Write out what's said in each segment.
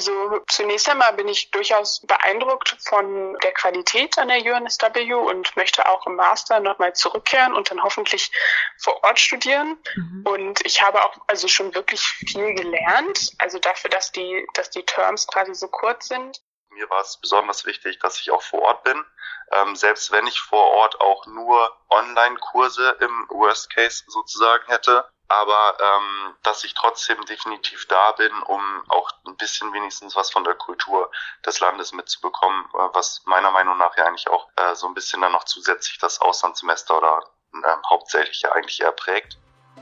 Also zunächst einmal bin ich durchaus beeindruckt von der Qualität an der UNSW und möchte auch im Master nochmal zurückkehren und dann hoffentlich vor Ort studieren. Und ich habe auch also schon wirklich viel gelernt, also dafür, dass die Terms quasi so kurz sind. Mir war es besonders wichtig, dass ich auch vor Ort bin. Selbst wenn ich vor Ort auch nur Online-Kurse im Worst Case sozusagen hätte, aber dass ich trotzdem definitiv da bin, um auch ein bisschen wenigstens was von der Kultur des Landes mitzubekommen, was meiner Meinung nach ja eigentlich auch so ein bisschen dann noch zusätzlich das Auslandssemester oder hauptsächlich ja eigentlich eher prägt.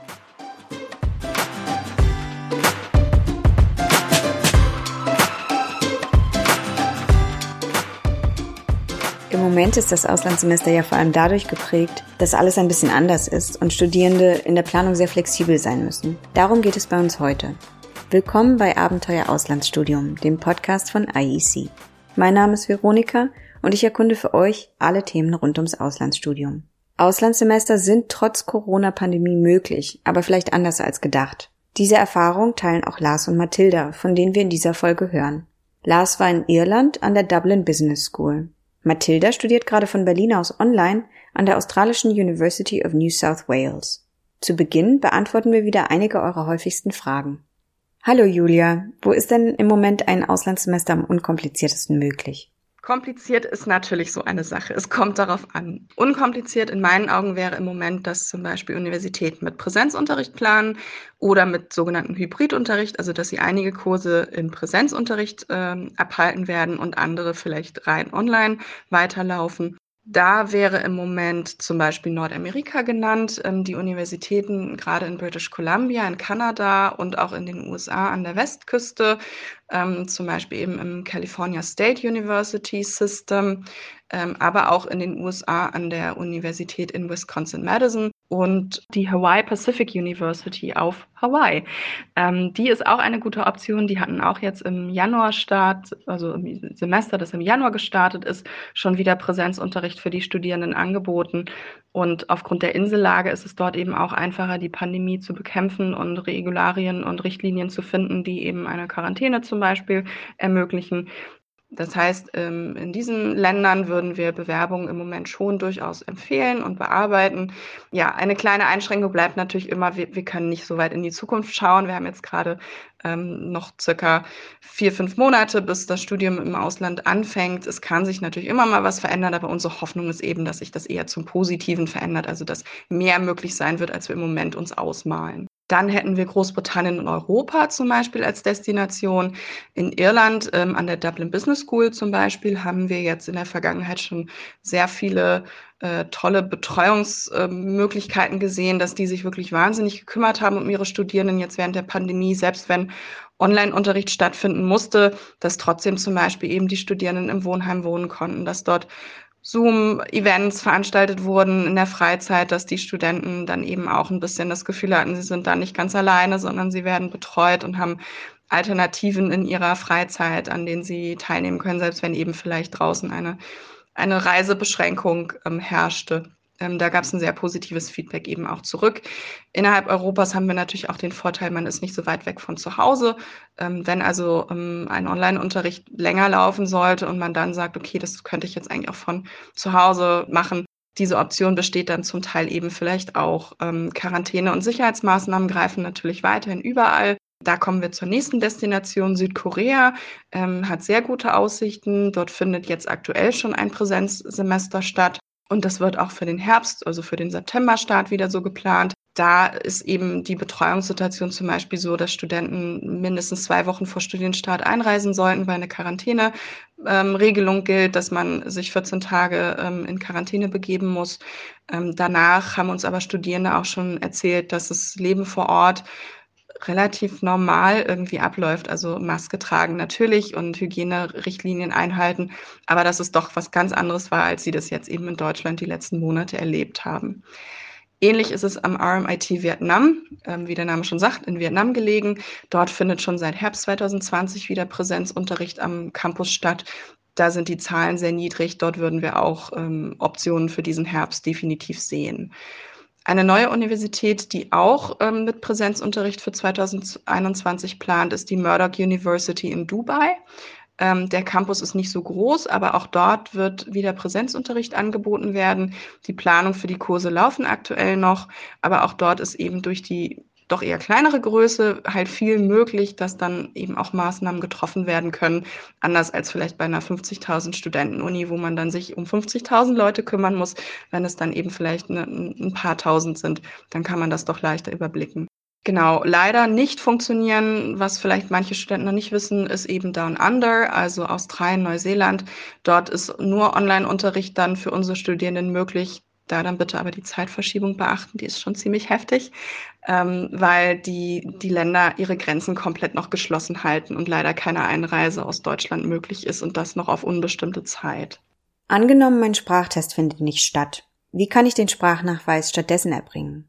Im Moment ist das Auslandssemester ja vor allem dadurch geprägt, dass alles ein bisschen anders ist und Studierende in der Planung sehr flexibel sein müssen. Darum geht es bei uns heute. Willkommen bei Abenteuer Auslandsstudium, dem Podcast von IEC. Mein Name ist Veronika und ich erkunde für euch alle Themen rund ums Auslandsstudium. Auslandssemester sind trotz Corona-Pandemie möglich, aber vielleicht anders als gedacht. Diese Erfahrung teilen auch Lars und Mathilda, von denen wir in dieser Folge hören. Lars war in Irland an der Dublin Business School. Mathilda studiert gerade von Berlin aus online an der australischen University of New South Wales. Zu Beginn beantworten wir wieder einige eurer häufigsten Fragen. Hallo Julia, wo ist denn im Moment ein Auslandssemester am unkompliziertesten möglich? Kompliziert ist natürlich so eine Sache. Es kommt darauf an. Unkompliziert in meinen Augen wäre im Moment, dass zum Beispiel Universitäten mit Präsenzunterricht planen oder mit sogenannten Hybridunterricht, also dass sie einige Kurse in Präsenzunterricht abhalten werden und andere vielleicht rein online weiterlaufen. Da wäre im Moment zum Beispiel Nordamerika genannt, die Universitäten gerade in British Columbia, in Kanada und auch in den USA an der Westküste, zum Beispiel eben im California State University System, aber auch in den USA an der Universität in Wisconsin-Madison und die Hawaii Pacific University auf Hawaii. Die ist auch eine gute Option. Die hatten auch jetzt im Januar-Start, also im Semester, das im Januar gestartet ist, schon wieder Präsenzunterricht für die Studierenden angeboten. Und aufgrund der Insellage ist es dort eben auch einfacher, die Pandemie zu bekämpfen und Regularien und Richtlinien zu finden, die eben eine Quarantäne zum Beispiel ermöglichen. Das heißt, in diesen Ländern würden wir Bewerbungen im Moment schon durchaus empfehlen und bearbeiten. Ja, eine kleine Einschränkung bleibt natürlich immer, wir können nicht so weit in die Zukunft schauen. Wir haben jetzt gerade noch circa 4-5 Monate, bis das Studium im Ausland anfängt. Es kann sich natürlich immer mal was verändern, aber unsere Hoffnung ist eben, dass sich das eher zum Positiven verändert, also dass mehr möglich sein wird, als wir im Moment uns ausmalen. Dann hätten wir Großbritannien und Europa zum Beispiel als Destination. In Irland, an der Dublin Business School zum Beispiel, haben wir jetzt in der Vergangenheit schon sehr viele tolle Betreuungsmöglichkeiten gesehen, dass die sich wirklich wahnsinnig gekümmert haben um ihre Studierenden jetzt während der Pandemie, selbst wenn Online-Unterricht stattfinden musste, dass trotzdem zum Beispiel eben die Studierenden im Wohnheim wohnen konnten, dass dort Zoom-Events veranstaltet wurden in der Freizeit, dass die Studenten dann eben auch ein bisschen das Gefühl hatten, sie sind da nicht ganz alleine, sondern sie werden betreut und haben Alternativen in ihrer Freizeit, an denen sie teilnehmen können, selbst wenn eben vielleicht draußen eine Reisebeschränkung herrschte. Da gab es ein sehr positives Feedback eben auch zurück. Innerhalb Europas haben wir natürlich auch den Vorteil, man ist nicht so weit weg von zu Hause. Wenn also ein Online-Unterricht länger laufen sollte und man dann sagt, okay, das könnte ich jetzt eigentlich auch von zu Hause machen, diese Option besteht dann zum Teil eben vielleicht auch. Quarantäne- und Sicherheitsmaßnahmen greifen natürlich weiterhin überall. Da kommen wir zur nächsten Destination. Südkorea hat sehr gute Aussichten. Dort findet jetzt aktuell schon ein Präsenzsemester statt. Und das wird auch für den Herbst, also für den Septemberstart wieder so geplant. Da ist eben die Betreuungssituation zum Beispiel so, dass Studenten mindestens 2 Wochen vor Studienstart einreisen sollten, weil eine Quarantäne-Regelung gilt, dass man sich 14 Tage in Quarantäne begeben muss. Danach haben uns aber Studierende auch schon erzählt, dass das Leben vor Ort relativ normal irgendwie abläuft, also Maske tragen natürlich und Hygienerichtlinien einhalten, aber dass es doch was ganz anderes war, als sie das jetzt eben in Deutschland die letzten Monate erlebt haben. Ähnlich ist es am RMIT Vietnam, wie der Name schon sagt, in Vietnam gelegen. Dort findet schon seit Herbst 2020 wieder Präsenzunterricht am Campus statt. Da sind die Zahlen sehr niedrig. Dort würden wir auch Optionen für diesen Herbst definitiv sehen. Eine neue Universität, die auch mit Präsenzunterricht für 2021 plant, ist die Murdoch University in Dubai. Der Campus ist nicht so groß, aber auch dort wird wieder Präsenzunterricht angeboten werden. Die Planung für die Kurse laufen aktuell noch, aber auch dort ist eben durch die doch eher kleinere Größe halt viel möglich, dass dann eben auch Maßnahmen getroffen werden können, anders als vielleicht bei einer 50.000 Studenten-Uni, wo man dann sich um 50.000 Leute kümmern muss. Wenn es dann eben vielleicht ein paar tausend sind, dann kann man das doch leichter überblicken. Genau, leider nicht funktionieren, was vielleicht manche Studenten noch nicht wissen, ist eben Down Under, also Australien, Neuseeland. Dort ist nur Online-Unterricht dann für unsere Studierenden möglich. Da dann bitte aber die Zeitverschiebung beachten, die ist schon ziemlich heftig, weil die Länder ihre Grenzen komplett noch geschlossen halten und leider keine Einreise aus Deutschland möglich ist und das noch auf unbestimmte Zeit. Angenommen, mein Sprachtest findet nicht statt. Wie kann ich den Sprachnachweis stattdessen erbringen?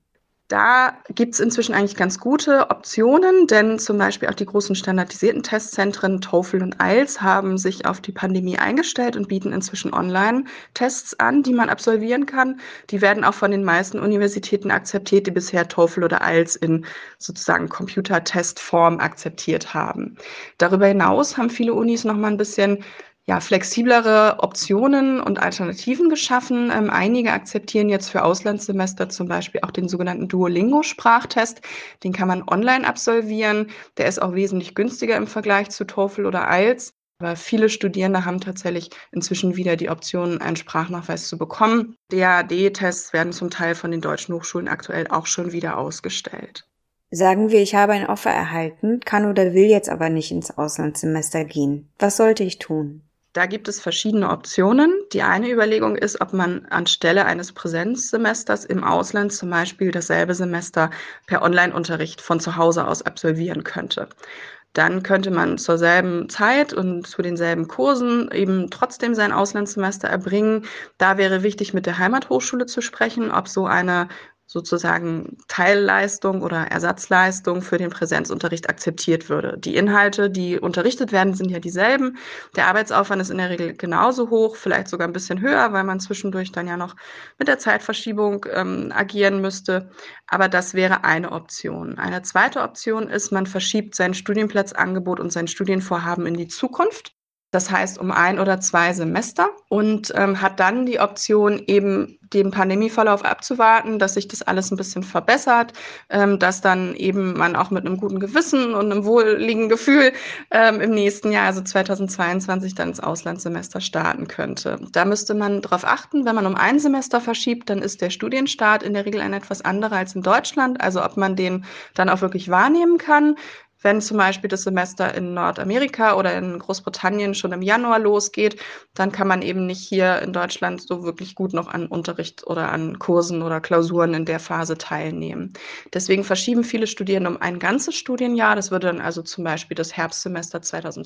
Da gibt es inzwischen eigentlich ganz gute Optionen, denn zum Beispiel auch die großen standardisierten Testzentren TOEFL und IELTS haben sich auf die Pandemie eingestellt und bieten inzwischen Online-Tests an, die man absolvieren kann. Die werden auch von den meisten Universitäten akzeptiert, die bisher TOEFL oder IELTS in sozusagen Computertestform akzeptiert haben. Darüber hinaus haben viele Unis noch mal ein bisschen flexiblere Optionen und Alternativen geschaffen. Einige akzeptieren jetzt für Auslandssemester zum Beispiel auch den sogenannten Duolingo-Sprachtest. Den kann man online absolvieren. Der ist auch wesentlich günstiger im Vergleich zu TOEFL oder IELTS. Aber viele Studierende haben tatsächlich inzwischen wieder die Option, einen Sprachnachweis zu bekommen. DAAD-Tests werden zum Teil von den deutschen Hochschulen aktuell auch schon wieder ausgestellt. Sagen wir, ich habe ein Offer erhalten, kann oder will jetzt aber nicht ins Auslandssemester gehen. Was sollte ich tun? Da gibt es verschiedene Optionen. Die eine Überlegung ist, ob man anstelle eines Präsenzsemesters im Ausland zum Beispiel dasselbe Semester per Online-Unterricht von zu Hause aus absolvieren könnte. Dann könnte man zur selben Zeit und zu denselben Kursen eben trotzdem sein Auslandssemester erbringen. Da wäre wichtig, mit der Heimathochschule zu sprechen, ob so eine sozusagen Teilleistung oder Ersatzleistung für den Präsenzunterricht akzeptiert würde. Die Inhalte, die unterrichtet werden, sind ja dieselben. Der Arbeitsaufwand ist in der Regel genauso hoch, vielleicht sogar ein bisschen höher, weil man zwischendurch dann ja noch mit der Zeitverschiebung agieren müsste. Aber das wäre eine Option. Eine zweite Option ist, man verschiebt sein Studienplatzangebot und sein Studienvorhaben in die Zukunft. Das heißt um 1 oder 2 Semester und hat dann die Option, eben den Pandemieverlauf abzuwarten, dass sich das alles ein bisschen verbessert, dass dann eben man auch mit einem guten Gewissen und einem wohlliegenden Gefühl im nächsten Jahr, also 2022, dann ins Auslandssemester starten könnte. Da müsste man darauf achten, wenn man um 1 Semester verschiebt, dann ist der Studienstart in der Regel ein etwas anderer als in Deutschland, also ob man den dann auch wirklich wahrnehmen kann. Wenn zum Beispiel das Semester in Nordamerika oder in Großbritannien schon im Januar losgeht, dann kann man eben nicht hier in Deutschland so wirklich gut noch an Unterricht oder an Kursen oder Klausuren in der Phase teilnehmen. Deswegen verschieben viele Studierende um ein ganzes Studienjahr. Das würde dann also zum Beispiel das Herbstsemester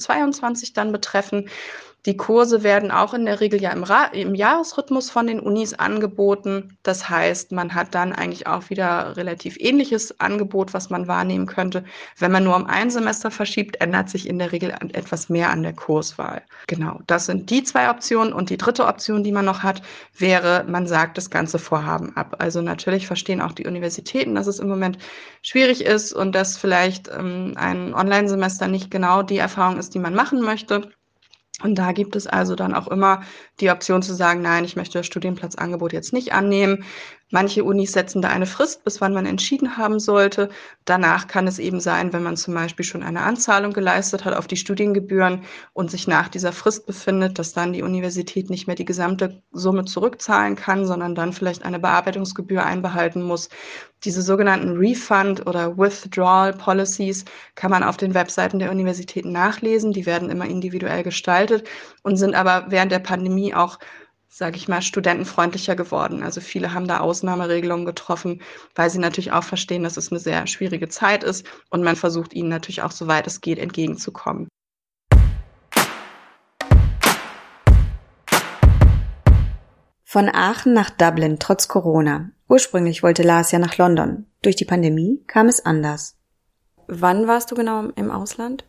2022 dann betreffen. Die Kurse werden auch in der Regel ja im Jahresrhythmus von den Unis angeboten. Das heißt, man hat dann eigentlich auch wieder relativ ähnliches Angebot, was man wahrnehmen könnte. Wenn man nur um ein Semester verschiebt, ändert sich in der Regel etwas mehr an der Kurswahl. Genau, das sind die 2 Optionen. Und die dritte Option, die man noch hat, wäre, man sagt das ganze Vorhaben ab. Also natürlich verstehen auch die Universitäten, dass es im Moment schwierig ist und dass vielleicht ein Online-Semester nicht genau die Erfahrung ist, die man machen möchte. Und da gibt es also dann auch immer die Option zu sagen, nein, ich möchte das Studienplatzangebot jetzt nicht annehmen. Manche Unis setzen da eine Frist, bis wann man entschieden haben sollte. Danach kann es eben sein, wenn man zum Beispiel schon eine Anzahlung geleistet hat auf die Studiengebühren und sich nach dieser Frist befindet, dass dann die Universität nicht mehr die gesamte Summe zurückzahlen kann, sondern dann vielleicht eine Bearbeitungsgebühr einbehalten muss. Diese sogenannten Refund- oder Withdrawal-Policies kann man auf den Webseiten der Universitäten nachlesen. Die werden immer individuell gestaltet und sind aber während der Pandemie auch, sage ich mal, studentenfreundlicher geworden. Also viele haben da Ausnahmeregelungen getroffen, weil sie natürlich auch verstehen, dass es eine sehr schwierige Zeit ist und man versucht ihnen natürlich auch, soweit es geht, entgegenzukommen. Von Aachen nach Dublin trotz Corona. Ursprünglich wollte Lars ja nach London. Durch die Pandemie kam es anders. Wann warst du genau im Ausland?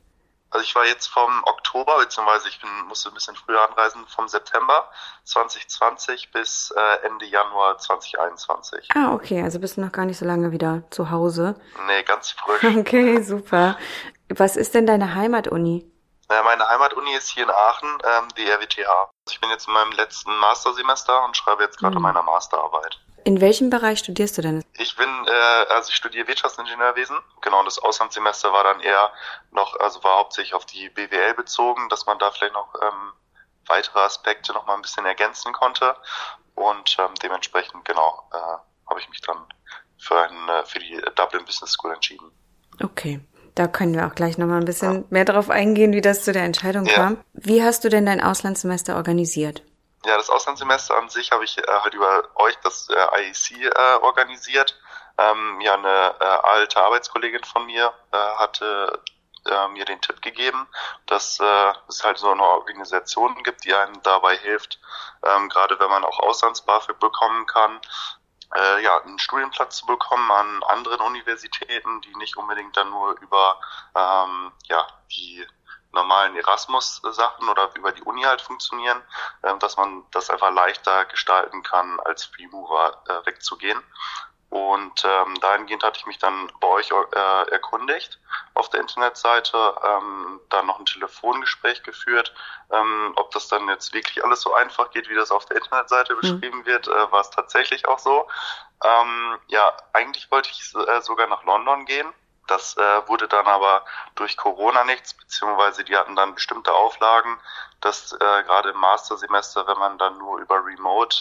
Also ich war jetzt vom Oktober, beziehungsweise musste ein bisschen früher anreisen, vom September 2020 bis Ende Januar 2021. Ah, okay, also bist du noch gar nicht so lange wieder zu Hause. Nee, ganz frisch. Okay, super. Was ist denn deine Heimatuni? Meine Heimatuni ist hier in Aachen, die RWTH. Ich bin jetzt in meinem letzten Mastersemester und schreibe jetzt gerade an meiner Masterarbeit. In welchem Bereich studierst du denn? Ich studiere Wirtschaftsingenieurwesen. Genau, und das Auslandssemester war dann war hauptsächlich auf die BWL bezogen, dass man da vielleicht noch weitere Aspekte noch mal ein bisschen ergänzen konnte. Und dementsprechend, habe ich mich dann für die Dublin Business School entschieden. Okay, da können wir auch gleich noch mal ein bisschen mehr darauf eingehen, wie das zu der Entscheidung kam. Wie hast du denn dein Auslandssemester organisiert? Ja, das Auslandssemester an sich habe ich halt über euch, das IEC, organisiert. Eine alte Arbeitskollegin von mir hatte mir den Tipp gegeben, dass es halt so eine Organisation gibt, die einem dabei hilft, gerade wenn man auch Auslands-BAföG bekommen kann, einen Studienplatz zu bekommen an anderen Universitäten, die nicht unbedingt dann nur über die normalen Erasmus-Sachen oder über die Uni halt funktionieren, dass man das einfach leichter gestalten kann, als Freemover wegzugehen. Und dahingehend hatte ich mich dann bei euch erkundigt auf der Internetseite, dann noch ein Telefongespräch geführt. Ob das dann jetzt wirklich alles so einfach geht, wie das auf der Internetseite beschrieben wird, war es tatsächlich auch so. Eigentlich wollte ich sogar nach London gehen. Das wurde dann aber durch Corona nichts, beziehungsweise die hatten dann bestimmte Auflagen, dass gerade im Mastersemester, wenn man dann nur über Remote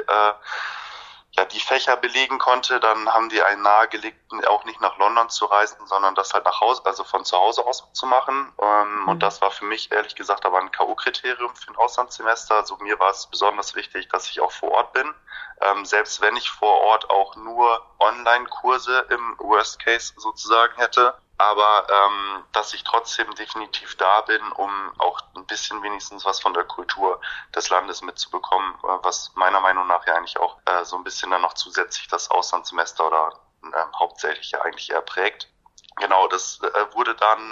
die Fächer belegen konnte, dann haben die einen nahegelegt, auch nicht nach London zu reisen, sondern das halt nach Hause, also von zu Hause aus zu machen. Und das war für mich ehrlich gesagt aber ein K.O.-Kriterium für ein Auslandssemester. Also mir war es besonders wichtig, dass ich auch vor Ort bin. Selbst wenn ich vor Ort auch nur Online-Kurse im Worst Case sozusagen hätte. Aber dass ich trotzdem definitiv da bin, um auch ein bisschen wenigstens was von der Kultur des Landes mitzubekommen, was meiner Meinung nach ja eigentlich auch so ein bisschen dann noch zusätzlich das Auslandssemester oder hauptsächlich ja eigentlich eher prägt. Genau, das wurde dann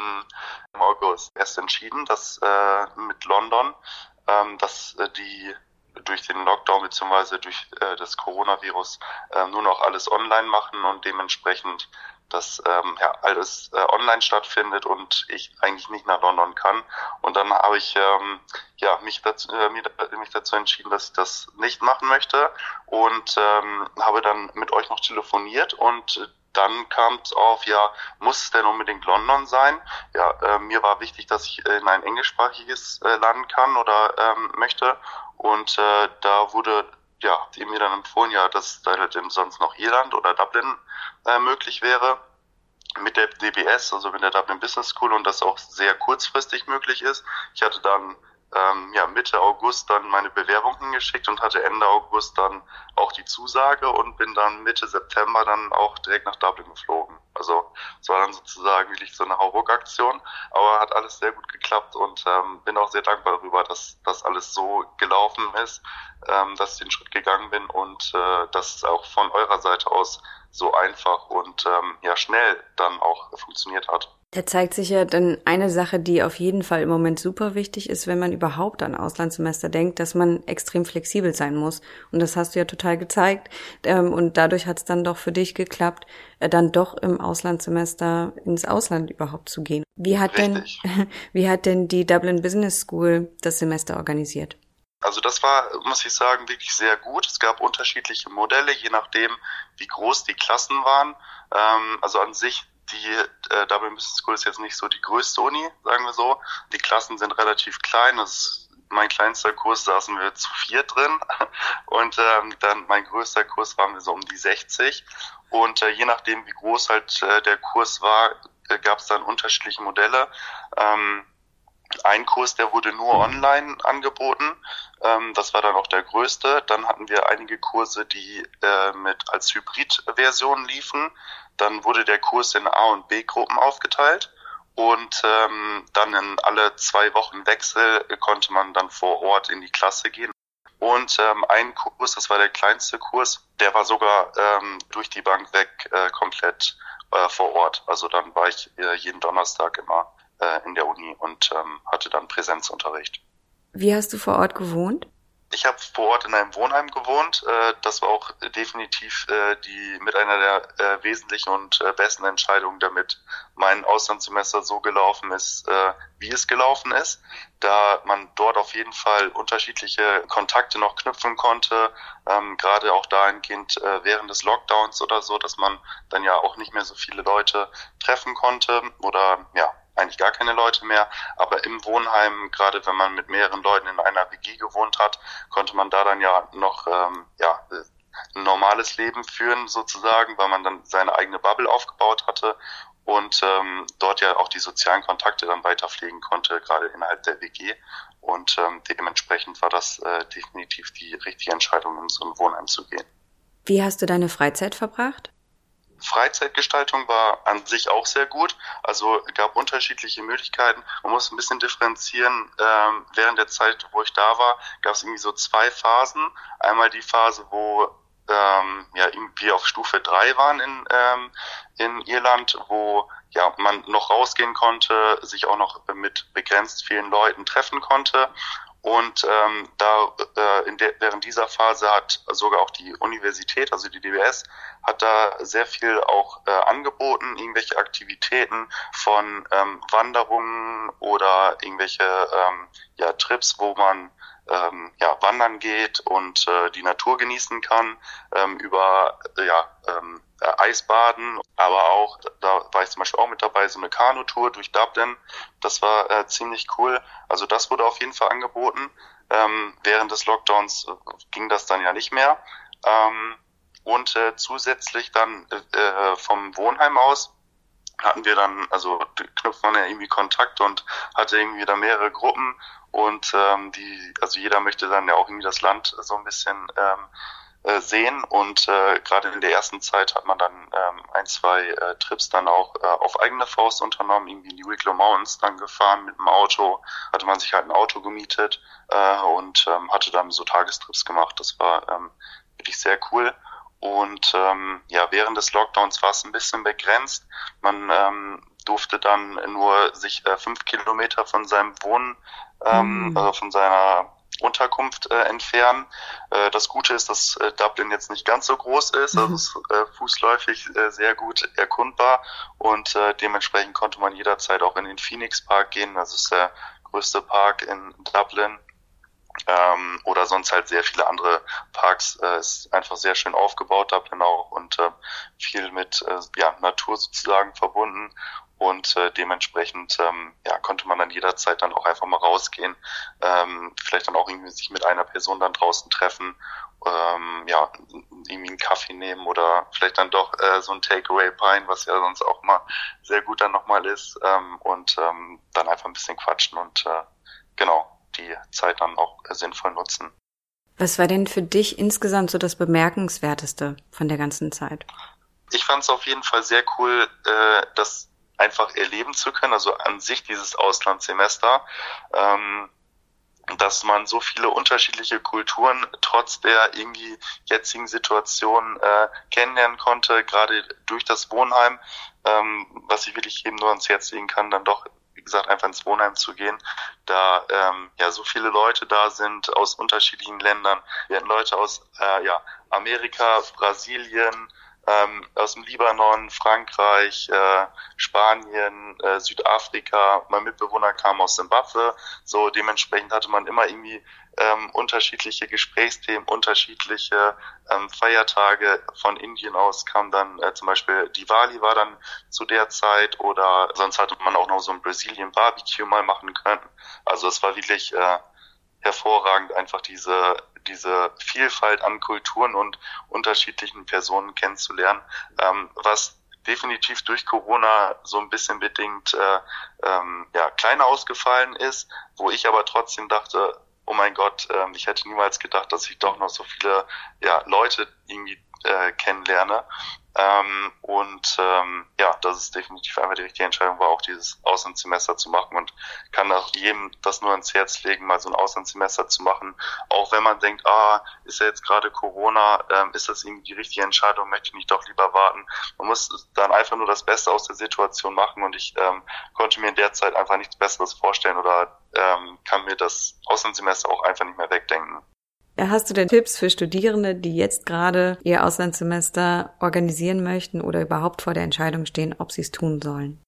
im August erst entschieden, dass mit London, dass die durch den Lockdown bzw. durch das Coronavirus nur noch alles online machen und dementsprechend dass alles online stattfindet und ich eigentlich nicht nach London kann. Und dann habe ich mich dazu entschieden, dass ich das nicht machen möchte und habe dann mit euch noch telefoniert und dann kam es auf, muss es denn unbedingt London sein? Mir war wichtig, dass ich in ein englischsprachiges Land kann oder möchte und da wurde die mir dann empfohlen, dass da halt sonst noch Irland oder Dublin möglich wäre mit der DBS, also mit der Dublin Business School und das auch sehr kurzfristig möglich ist. Ich hatte dann Mitte August dann meine Bewerbung hingeschickt und hatte Ende August dann auch die Zusage und bin dann Mitte September dann auch direkt nach Dublin geflogen. Also es war dann sozusagen wirklich so eine Hauruck-Aktion, aber hat alles sehr gut geklappt und bin auch sehr dankbar darüber, dass das alles so gelaufen ist, dass ich den Schritt gegangen bin und dass es auch von eurer Seite aus so einfach und schnell dann auch funktioniert hat. Da zeigt sich ja dann eine Sache, die auf jeden Fall im Moment super wichtig ist, wenn man überhaupt an Auslandssemester denkt, dass man extrem flexibel sein muss. Und das hast du ja total gezeigt. Und dadurch hat es dann doch für dich geklappt, dann doch im Auslandssemester ins Ausland überhaupt zu gehen. Wie hat denn die Dublin Business School das Semester organisiert? Also das war, muss ich sagen, wirklich sehr gut. Es gab unterschiedliche Modelle, je nachdem, wie groß die Klassen waren. Also an sich, die Dublin Business School ist jetzt nicht so die größte Uni, sagen wir so. Die Klassen sind relativ klein. Mein kleinster Kurs saßen wir zu 4 drin und dann mein größter Kurs waren wir so um die 60. Und je nachdem, wie groß halt der Kurs war, gab es dann unterschiedliche Modelle. Ein Kurs, der wurde nur online angeboten. Das war dann auch der größte. Dann hatten wir einige Kurse, die als Hybrid-Version liefen. Dann wurde der Kurs in A- und B-Gruppen aufgeteilt. Und dann in alle 2 Wochen Wechsel konnte man dann vor Ort in die Klasse gehen. Und ein Kurs, das war der kleinste Kurs, der war sogar durch die Bank weg komplett vor Ort. Also dann war ich jeden Donnerstag immer in der Uni und hatte dann Präsenzunterricht. Wie hast du vor Ort gewohnt? Ich habe vor Ort in einem Wohnheim gewohnt. Das war auch definitiv die mit einer der wesentlichen und besten Entscheidungen, damit mein Auslandssemester so gelaufen ist, wie es gelaufen ist, da man dort auf jeden Fall unterschiedliche Kontakte noch knüpfen konnte, gerade auch dahingehend während des Lockdowns oder so, dass man dann ja auch nicht mehr so viele Leute treffen konnte oder ja, eigentlich gar keine Leute mehr, aber im Wohnheim, gerade wenn man mit mehreren Leuten in einer WG gewohnt hat, konnte man da dann ja noch ein normales Leben führen sozusagen, weil man dann seine eigene Bubble aufgebaut hatte und dort ja auch die sozialen Kontakte dann weiter pflegen konnte, gerade innerhalb der WG und dementsprechend war das definitiv die richtige Entscheidung, in so ein Wohnheim zu gehen. Wie hast du deine Freizeit verbracht? Freizeitgestaltung war an sich auch sehr gut, also gab unterschiedliche Möglichkeiten. Man muss ein bisschen differenzieren. Während der Zeit, wo ich da war, gab es irgendwie so 2 Phasen. Einmal die Phase, wo irgendwie auf Stufe 3 waren in Irland, wo ja man noch rausgehen konnte, sich auch noch mit begrenzt vielen Leuten treffen konnte. Und während dieser Phase hat sogar auch die Universität, also die DBS, hat da sehr viel auch angeboten, irgendwelche Aktivitäten von Wanderungen oder irgendwelche Trips, wo man wandern geht und die Natur genießen kann, über Eisbaden, aber auch, da war ich zum Beispiel auch mit dabei, so eine Kanutour durch Dublin, das war ziemlich cool, also das wurde auf jeden Fall angeboten, während des Lockdowns ging das dann ja nicht mehr und zusätzlich dann vom Wohnheim aus hatten wir dann, also knüpft man ja irgendwie Kontakt und hatte irgendwie da mehrere Gruppen und also jeder möchte dann ja auch irgendwie das Land so ein bisschen sehen und gerade in der ersten Zeit hat man dann 1-2 Trips dann auch auf eigene Faust unternommen, irgendwie in die Wicklow Mountains dann gefahren mit dem Auto, hatte man sich halt ein Auto gemietet und hatte dann so Tagestrips gemacht, das war wirklich sehr cool. Und während des Lockdowns war es ein bisschen begrenzt. Man durfte dann nur sich 5 Kilometer von seinem also von seiner Unterkunft entfernen. Das Gute ist, dass Dublin jetzt nicht ganz so groß ist, also es ist fußläufig sehr gut erkundbar und dementsprechend konnte man jederzeit auch in den Phoenix Park gehen. Das ist der größte Park in Dublin. Oder sonst halt sehr viele andere Parks, ist einfach sehr schön aufgebaut, Dublin auch und viel mit Natur sozusagen verbunden und dementsprechend konnte man dann jederzeit dann auch einfach mal rausgehen, vielleicht dann auch irgendwie sich mit einer Person dann draußen treffen, irgendwie einen Kaffee nehmen oder vielleicht dann doch so ein Takeaway-Pint, was ja sonst auch mal sehr gut dann nochmal ist und dann einfach ein bisschen quatschen und die Zeit dann auch sinnvoll nutzen. Was war denn für dich insgesamt so das Bemerkenswerteste von der ganzen Zeit? Ich fand es auf jeden Fall sehr cool, das einfach erleben zu können, also an sich dieses Auslandssemester, dass man so viele unterschiedliche Kulturen trotz der irgendwie jetzigen Situation kennenlernen konnte, gerade durch das Wohnheim, was ich wirklich jedem nur ans Herz legen kann, dann doch wie gesagt, einfach ins Wohnheim zu gehen, da so viele Leute da sind aus unterschiedlichen Ländern. Wir hatten Leute aus Amerika, Brasilien, aus dem Libanon, Frankreich, Spanien, Südafrika. Mein Mitbewohner kam aus Simbabwe. So dementsprechend hatte man immer irgendwie unterschiedliche Gesprächsthemen, unterschiedliche Feiertage. Von Indien aus kam dann zum Beispiel Diwali war dann zu der Zeit oder sonst hatte man auch noch so ein Brazilian Barbecue mal machen können. Also es war wirklich hervorragend, einfach diese Vielfalt an Kulturen und unterschiedlichen Personen kennenzulernen, was definitiv durch Corona so ein bisschen bedingt kleiner ausgefallen ist, wo ich aber trotzdem dachte, oh mein Gott, ich hätte niemals gedacht, dass ich doch noch so viele Leute irgendwie kennenlerne. Das ist definitiv einfach die richtige Entscheidung, war auch dieses Auslandssemester zu machen, und kann auch jedem das nur ans Herz legen, mal so ein Auslandssemester zu machen. Auch wenn man denkt, ist ja jetzt gerade Corona, ist das irgendwie die richtige Entscheidung, möchte ich nicht doch lieber warten. Man muss dann einfach nur das Beste aus der Situation machen, und ich konnte mir in der Zeit einfach nichts Besseres vorstellen oder kann mir das Auslandssemester auch einfach nicht mehr wegdenken. Hast du denn Tipps für Studierende, die jetzt gerade ihr Auslandssemester organisieren möchten oder überhaupt vor der Entscheidung stehen, ob sie es tun sollen?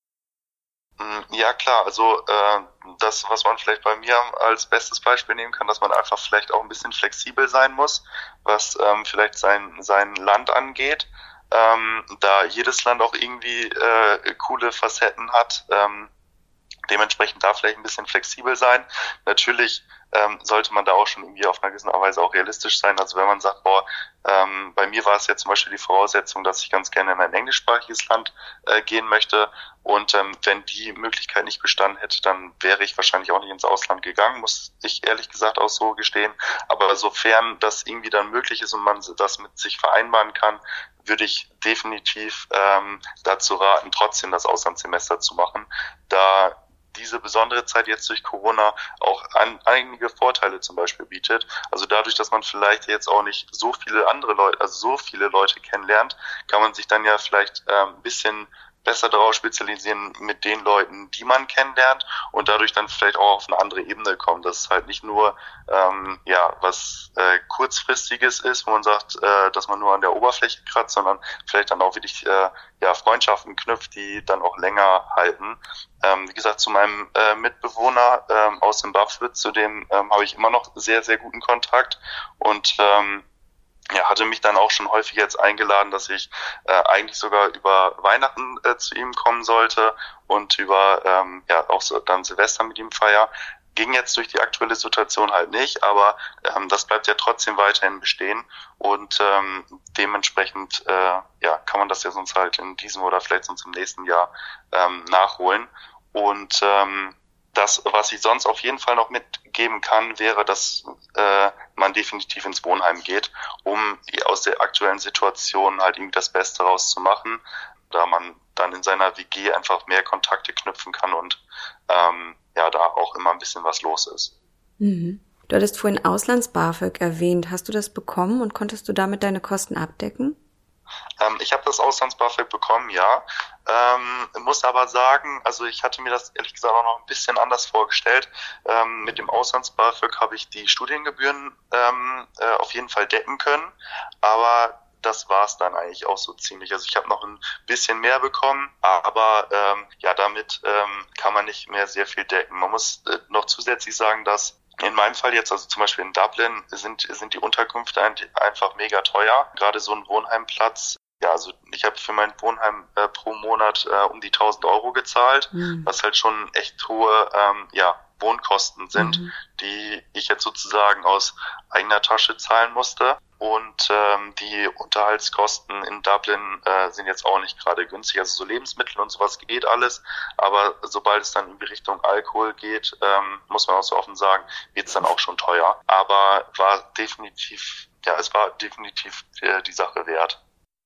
Ja, klar. Also das, was man vielleicht bei mir als bestes Beispiel nehmen kann, dass man einfach vielleicht auch ein bisschen flexibel sein muss, was vielleicht sein Land angeht, da jedes Land auch irgendwie coole Facetten hat. Dementsprechend da vielleicht ein bisschen flexibel sein. Natürlich sollte man da auch schon irgendwie auf einer gewissen Weise auch realistisch sein. Also wenn man sagt, bei mir war es jetzt zum Beispiel die Voraussetzung, dass ich ganz gerne in ein englischsprachiges Land gehen möchte, und wenn die Möglichkeit nicht bestanden hätte, dann wäre ich wahrscheinlich auch nicht ins Ausland gegangen, muss ich ehrlich gesagt auch so gestehen. Aber sofern das irgendwie dann möglich ist und man das mit sich vereinbaren kann, würde ich definitiv dazu raten, trotzdem das Auslandssemester zu machen, da diese besondere Zeit jetzt durch Corona auch einige Vorteile zum Beispiel bietet. Also dadurch, dass man vielleicht jetzt auch nicht so viele Leute kennenlernt, kann man sich dann ja vielleicht ein bisschen besser darauf spezialisieren mit den Leuten, die man kennenlernt, und dadurch dann vielleicht auch auf eine andere Ebene kommen. Dass es halt nicht nur was kurzfristiges ist, wo man sagt, dass man nur an der Oberfläche kratzt, sondern vielleicht dann auch wirklich Freundschaften knüpft, die dann auch länger halten. Wie gesagt, zu meinem Mitbewohner aus Zimbabwe, zu dem habe ich immer noch sehr, sehr guten Kontakt, und hatte mich dann auch schon häufig jetzt eingeladen, dass ich eigentlich sogar über Weihnachten zu ihm kommen sollte und über auch so dann Silvester mit ihm feiern. Ging jetzt durch die aktuelle Situation halt nicht, aber das bleibt ja trotzdem weiterhin bestehen, und dementsprechend kann man das ja sonst halt in diesem oder vielleicht sonst im nächsten Jahr nachholen. Und das, was ich sonst auf jeden Fall noch mitgeben kann, wäre, dass man definitiv ins Wohnheim geht, um aus der aktuellen Situation halt irgendwie das Beste rauszumachen, da man dann in seiner WG einfach mehr Kontakte knüpfen kann und da auch immer ein bisschen was los ist. Mhm. Du hattest vorhin Auslands-BAföG erwähnt. Hast du das bekommen und konntest du damit deine Kosten abdecken? Ich habe das Auslands-BAföG bekommen, ja. Muss aber sagen, also ich hatte mir das ehrlich gesagt auch noch ein bisschen anders vorgestellt. Mit dem Auslands-BAföG habe ich die Studiengebühren auf jeden Fall decken können, aber das war es dann eigentlich auch so ziemlich. Also ich habe noch ein bisschen mehr bekommen, aber damit kann man nicht mehr sehr viel decken. Man muss noch zusätzlich sagen, dass in meinem Fall jetzt, also zum Beispiel in Dublin, sind die Unterkünfte einfach mega teuer. Gerade so ein Wohnheimplatz. Ja, also ich habe für mein Wohnheim pro Monat um die 1.000 Euro gezahlt, was halt schon echt hohe Wohnkosten sind, die ich jetzt sozusagen aus eigener Tasche zahlen musste. Und die Unterhaltskosten in Dublin sind jetzt auch nicht gerade günstig. Also so Lebensmittel und sowas geht alles, aber sobald es dann in die Richtung Alkohol geht, muss man auch so offen sagen, wird es dann auch schon teuer. Aber es war definitiv die Sache wert.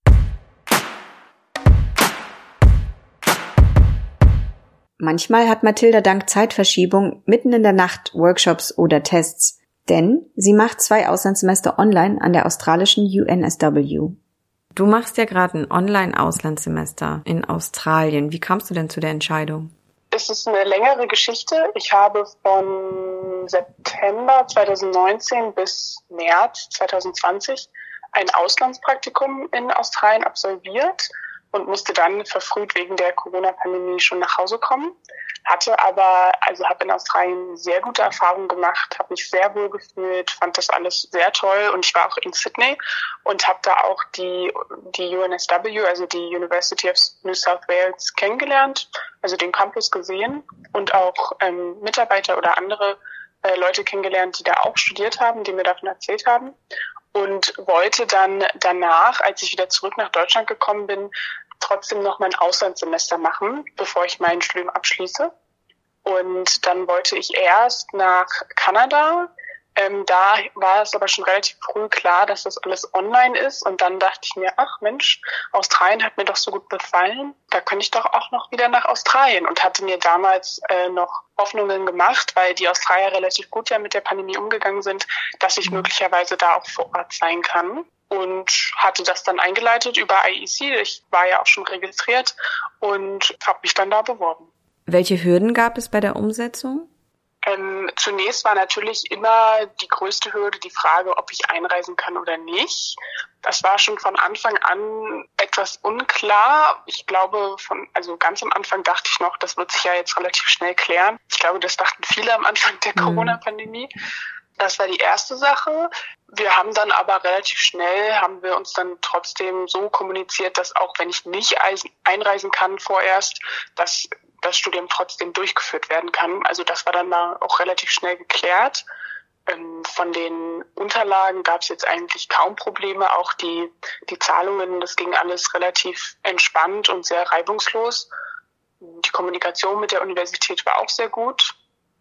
Manchmal hat Mathilda dank Zeitverschiebung mitten in der Nacht Workshops oder Tests, denn sie macht 2 Auslandssemester online an der australischen UNSW. Du machst ja gerade ein Online-Auslandssemester in Australien. Wie kamst du denn zu der Entscheidung? Es ist eine längere Geschichte. Ich habe von September 2019 bis März 2020 ein Auslandspraktikum in Australien absolviert und musste dann verfrüht wegen der Corona-Pandemie schon nach Hause kommen. Habe in Australien sehr gute Erfahrungen gemacht, habe mich sehr wohl gefühlt, fand das alles sehr toll, und ich war auch in Sydney und habe da auch die UNSW, also die University of New South Wales, kennengelernt, also den Campus gesehen und auch Mitarbeiter oder andere Leute kennengelernt, die da auch studiert haben, die mir davon erzählt haben, und wollte dann danach, als ich wieder zurück nach Deutschland gekommen bin, trotzdem noch mein Auslandssemester machen, bevor ich mein Studium abschließe. Und dann wollte ich erst nach Kanada, Da war es aber schon relativ früh klar, dass das alles online ist. Und dann dachte ich mir, ach Mensch, Australien hat mir doch so gut gefallen. Da könnte ich doch auch noch wieder nach Australien. Und hatte mir damals noch Hoffnungen gemacht, weil die Australier relativ gut ja mit der Pandemie umgegangen sind, dass ich möglicherweise da auch vor Ort sein kann. Und hatte das dann eingeleitet über IEC. Ich war ja auch schon registriert und habe mich dann da beworben. Welche Hürden gab es bei der Umsetzung? Zunächst war natürlich immer die größte Hürde die Frage, ob ich einreisen kann oder nicht. Das war schon von Anfang an etwas unklar. Ich glaube, ganz am Anfang dachte ich noch, das wird sich ja jetzt relativ schnell klären. Ich glaube, das dachten viele am Anfang der Corona-Pandemie. Das war die erste Sache. Wir haben dann aber relativ schnell, haben wir uns dann trotzdem so kommuniziert, dass auch wenn ich nicht einreisen kann vorerst, dass das Studium trotzdem durchgeführt werden kann. Also das war dann mal auch relativ schnell geklärt. Von den Unterlagen gab es jetzt eigentlich kaum Probleme. Auch die Zahlungen, das ging alles relativ entspannt und sehr reibungslos. Die Kommunikation mit der Universität war auch sehr gut.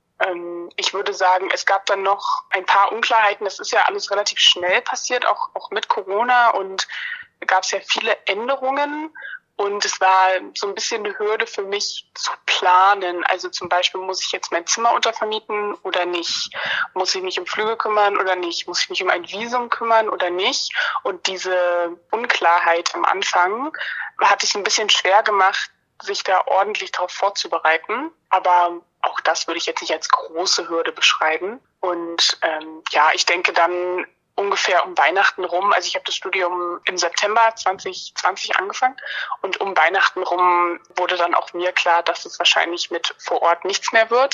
Ich würde sagen, es gab dann noch ein paar Unklarheiten. Das ist ja alles relativ schnell passiert, auch mit Corona, und gab es ja viele Änderungen. Und es war so ein bisschen eine Hürde für mich zu planen. Also zum Beispiel, muss ich jetzt mein Zimmer untervermieten oder nicht? Muss ich mich um Flüge kümmern oder nicht? Muss ich mich um ein Visum kümmern oder nicht? Und diese Unklarheit am Anfang hat es ein bisschen schwer gemacht, sich da ordentlich darauf vorzubereiten. Aber auch das würde ich jetzt nicht als große Hürde beschreiben. Und ich denke dann ungefähr um Weihnachten rum, also ich habe das Studium im September 2020 angefangen, und um Weihnachten rum wurde dann auch mir klar, dass es wahrscheinlich mit vor Ort nichts mehr wird.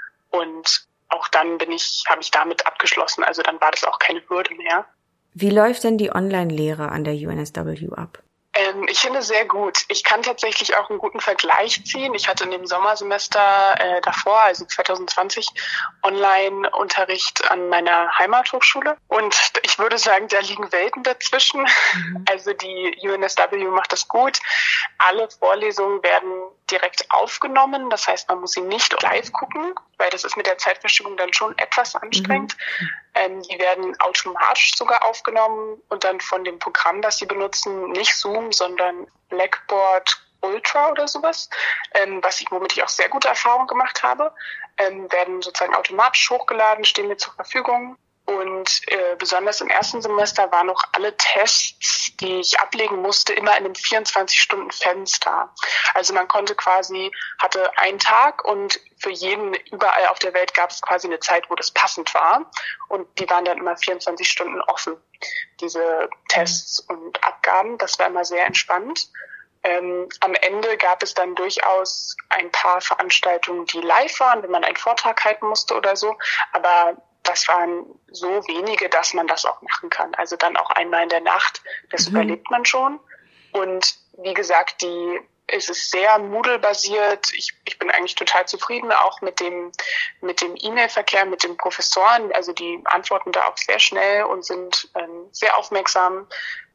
Und auch dann habe ich damit abgeschlossen, also dann war das auch keine Hürde mehr. Wie läuft denn die Online-Lehre an der UNSW ab? Ich finde sehr gut. Ich kann tatsächlich auch einen guten Vergleich ziehen. Ich hatte in dem Sommersemester davor, also 2020, Online-Unterricht an meiner Heimathochschule. Und ich würde sagen, da liegen Welten dazwischen. Also die UNSW macht das gut. Alle Vorlesungen werden direkt aufgenommen. Das heißt, man muss sie nicht live gucken, weil das ist mit der Zeitverschiebung dann schon etwas anstrengend. Die werden automatisch sogar aufgenommen und dann von dem Programm, das sie benutzen, nicht Zoom, sondern Blackboard Ultra oder sowas, womit ich auch sehr gute Erfahrungen gemacht habe, werden sozusagen automatisch hochgeladen, stehen mir zur Verfügung. Und besonders im ersten Semester waren noch alle Tests, die ich ablegen musste, immer in einem 24-Stunden-Fenster. Also man hatte einen Tag, und für jeden überall auf der Welt gab es quasi eine Zeit, wo das passend war. Und die waren dann immer 24 Stunden offen, diese Tests und Abgaben. Das war immer sehr entspannt. Am Ende gab es dann durchaus ein paar Veranstaltungen, die live waren, wenn man einen Vortrag halten musste oder so. Aber das waren so wenige, dass man das auch machen kann. Also dann auch einmal in der Nacht, das überlebt man schon. Und wie gesagt, es ist sehr Moodle-basiert. Ich bin eigentlich total zufrieden, auch mit dem E-Mail-Verkehr, mit den Professoren. Also die antworten da auch sehr schnell und sind sehr aufmerksam.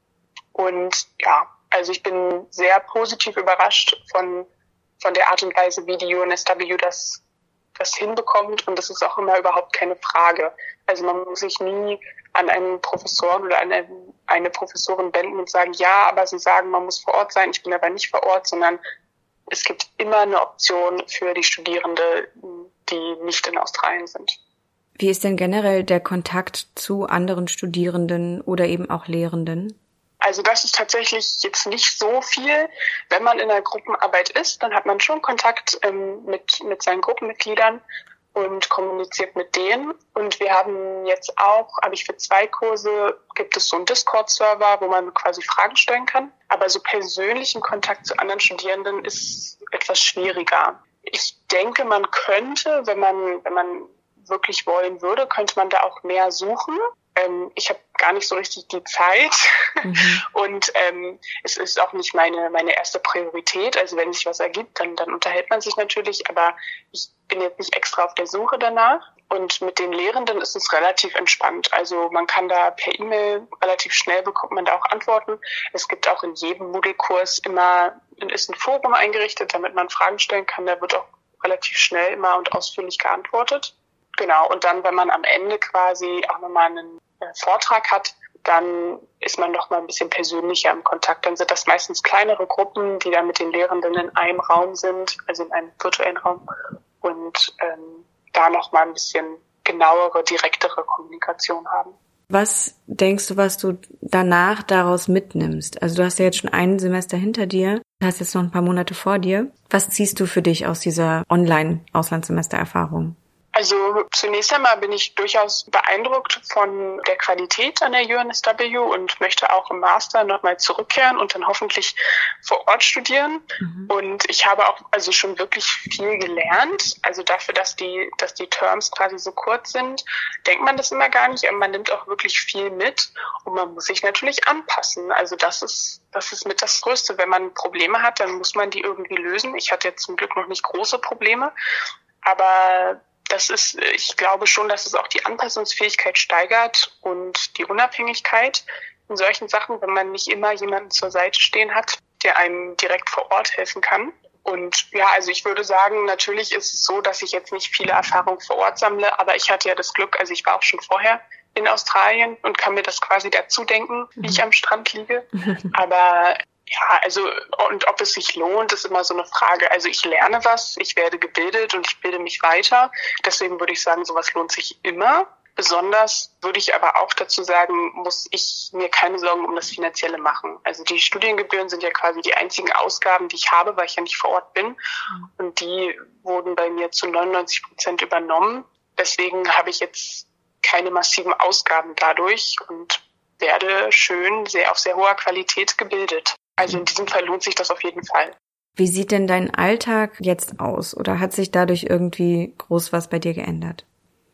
Und ja, also ich bin sehr positiv überrascht von der Art und Weise, wie die UNSW das hinbekommt, und das ist auch immer überhaupt keine Frage. Also man muss sich nie an einen Professor oder eine Professorin wenden und sagen, ja, aber sie sagen, man muss vor Ort sein, ich bin aber nicht vor Ort, sondern es gibt immer eine Option für die Studierende, die nicht in Australien sind. Wie ist denn generell der Kontakt zu anderen Studierenden oder eben auch Lehrenden? Also das ist tatsächlich jetzt nicht so viel. Wenn man in einer Gruppenarbeit ist, dann hat man schon Kontakt mit seinen Gruppenmitgliedern und kommuniziert mit denen. Und wir haben jetzt auch, für 2 Kurse gibt es so einen Discord-Server, wo man quasi Fragen stellen kann. Aber so persönlichen Kontakt zu anderen Studierenden ist etwas schwieriger. Ich denke, man könnte, wenn man wirklich wollen würde, könnte man da auch mehr suchen. Ich habe gar nicht so richtig die Zeit und es ist auch nicht meine erste Priorität. Also wenn sich was ergibt, dann unterhält man sich natürlich, aber ich bin jetzt nicht extra auf der Suche danach. Und mit den Lehrenden ist es relativ entspannt. Also man kann da per E-Mail relativ schnell bekommt man da auch Antworten. Es gibt auch in jedem Moodle-Kurs ist ein Forum eingerichtet, damit man Fragen stellen kann. Da wird auch relativ schnell immer und ausführlich geantwortet. Genau, und dann, wenn man am Ende quasi auch nochmal einen Vortrag hat, dann ist man noch mal ein bisschen persönlicher im Kontakt. Dann sind das meistens kleinere Gruppen, die dann mit den Lehrenden in einem Raum sind, also in einem virtuellen Raum, und da noch mal ein bisschen genauere, direktere Kommunikation haben. Was denkst du, was du danach daraus mitnimmst? Also du hast ja jetzt schon ein Semester hinter dir, hast jetzt noch ein paar Monate vor dir. Was ziehst du für dich aus dieser Online-Auslandssemester-Erfahrung? Also zunächst einmal bin ich durchaus beeindruckt von der Qualität an der UNSW und möchte auch im Master nochmal zurückkehren und dann hoffentlich vor Ort studieren. Und ich habe auch also schon wirklich viel gelernt. Also dafür, dass die Terms quasi so kurz sind, denkt man das immer gar nicht. Aber man nimmt auch wirklich viel mit und man muss sich natürlich anpassen. Also das ist mit das Größte. Wenn man Probleme hat, dann muss man die irgendwie lösen. Ich hatte jetzt zum Glück noch nicht große Probleme, aber ich glaube schon, dass es auch die Anpassungsfähigkeit steigert und die Unabhängigkeit in solchen Sachen, wenn man nicht immer jemanden zur Seite stehen hat, der einem direkt vor Ort helfen kann. Und ja, also ich würde sagen, natürlich ist es so, dass ich jetzt nicht viele Erfahrungen vor Ort sammle, aber ich hatte ja das Glück, also ich war auch schon vorher in Australien und kann mir das quasi dazu denken, wie ich am Strand liege. Aber ja, also, und ob es sich lohnt, ist immer so eine Frage. Also ich lerne was, ich werde gebildet und ich bilde mich weiter. Deswegen würde ich sagen, sowas lohnt sich immer. Besonders würde ich aber auch dazu sagen, muss ich mir keine Sorgen um das Finanzielle machen. Also die Studiengebühren sind ja quasi die einzigen Ausgaben, die ich habe, weil ich ja nicht vor Ort bin. Und die wurden bei mir zu 99% übernommen. Deswegen habe ich jetzt keine massiven Ausgaben dadurch und werde schön auf sehr hoher Qualität gebildet. Also in diesem Fall lohnt sich das auf jeden Fall. Wie sieht denn dein Alltag jetzt aus? Oder hat sich dadurch irgendwie groß was bei dir geändert?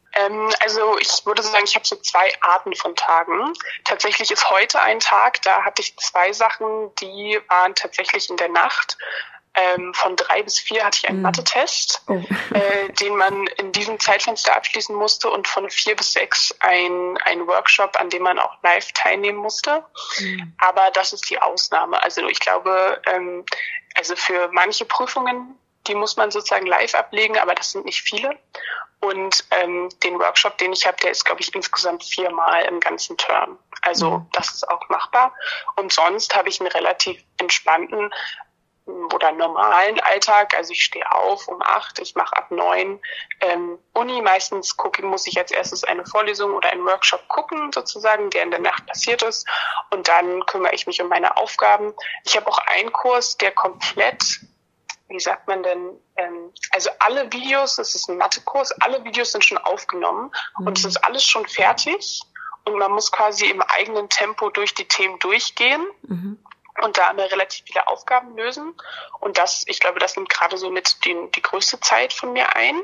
Also ich würde sagen, ich habe so 2 Arten von Tagen. Tatsächlich ist heute ein Tag, da hatte ich 2 Sachen, die waren tatsächlich in der Nacht. Von 3 bis 4 hatte ich einen Mathe-Test, den man in diesem Zeitfenster abschließen musste, und von 4 bis 6 ein Workshop, an dem man auch live teilnehmen musste. Aber das ist die Ausnahme. Also ich glaube, also für manche Prüfungen, die muss man sozusagen live ablegen, aber das sind nicht viele. Und den Workshop, den ich habe, der ist, glaube ich, insgesamt 4-mal im ganzen Term. Also das ist auch machbar. Und sonst habe ich einen relativ entspannten oder normalen Alltag. Also ich stehe auf um 8, ich mache ab 9 Uni. Meistens muss ich als erstes eine Vorlesung oder einen Workshop gucken, sozusagen, der in der Nacht passiert ist. Und dann kümmere ich mich um meine Aufgaben. Ich habe auch einen Kurs, der komplett, wie sagt man denn, also alle Videos, das ist ein Mathekurs, alle Videos sind schon aufgenommen und es ist alles schon fertig. Und man muss quasi im eigenen Tempo durch die Themen durchgehen. Und da immer relativ viele Aufgaben lösen. Und ich glaube, das nimmt gerade so mit die größte Zeit von mir ein.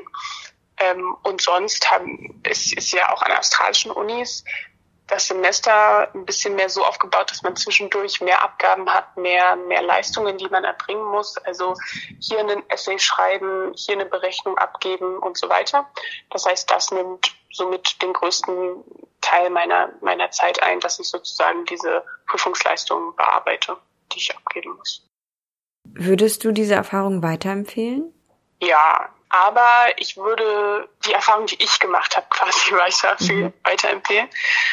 Und sonst ist ja auch an australischen Unis das Semester ein bisschen mehr so aufgebaut, dass man zwischendurch mehr Abgaben hat, mehr Leistungen, die man erbringen muss. Also hier einen Essay schreiben, hier eine Berechnung abgeben und so weiter. Das heißt, das nimmt somit den größten Teil meiner Zeit ein, dass ich sozusagen diese Prüfungsleistungen bearbeite, die ich abgeben muss. Würdest du diese Erfahrung weiterempfehlen? Ja, aber ich würde die Erfahrung, die ich gemacht habe, quasi weiterempfehlen.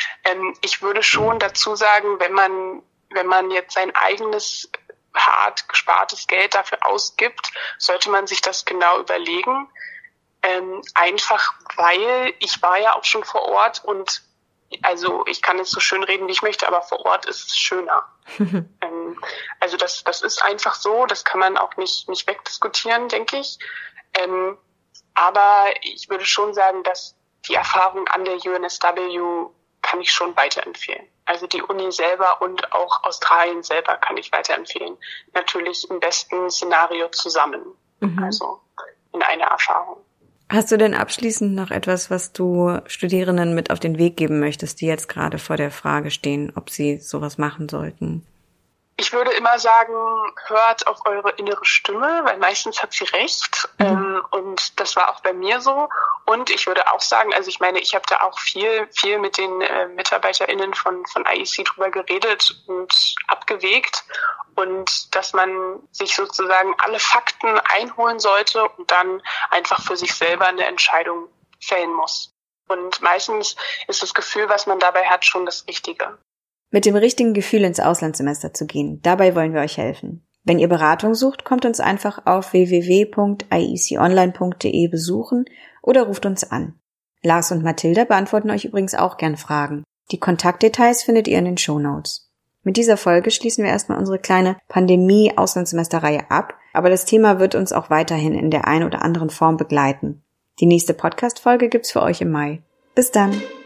Ich würde schon dazu sagen, wenn man jetzt sein eigenes hart gespartes Geld dafür ausgibt, sollte man sich das genau überlegen. Einfach weil ich war ja auch schon vor Ort und also ich kann es so schön reden, wie ich möchte, aber vor Ort ist es schöner. Also das ist einfach so, das kann man auch nicht wegdiskutieren, denke ich. Aber ich würde schon sagen, dass die Erfahrung an der UNSW kann ich schon weiterempfehlen. Also die Uni selber und auch Australien selber kann ich weiterempfehlen. Natürlich im besten Szenario zusammen. Also in einer Erfahrung. Hast du denn abschließend noch etwas, was du Studierenden mit auf den Weg geben möchtest, die jetzt gerade vor der Frage stehen, ob sie sowas machen sollten? Ich würde immer sagen, hört auf eure innere Stimme, weil meistens hat sie recht. Und das war auch bei mir so. Und ich würde auch sagen, also ich meine, ich habe da auch viel mit den MitarbeiterInnen von IEC drüber geredet und abgewegt. Und dass man sich sozusagen alle Fakten einholen sollte und dann einfach für sich selber eine Entscheidung fällen muss. Und meistens ist das Gefühl, was man dabei hat, schon das Richtige. Mit dem richtigen Gefühl ins Auslandssemester zu gehen, dabei wollen wir euch helfen. Wenn ihr Beratung sucht, kommt uns einfach auf www.ieconline.de besuchen oder ruft uns an. Lars und Mathilda beantworten euch übrigens auch gern Fragen. Die Kontaktdetails findet ihr in den Shownotes. Mit dieser Folge schließen wir erstmal unsere kleine Pandemie-Auslandssemesterreihe ab, aber das Thema wird uns auch weiterhin in der einen oder anderen Form begleiten. Die nächste Podcast-Folge gibt's für euch im Mai. Bis dann!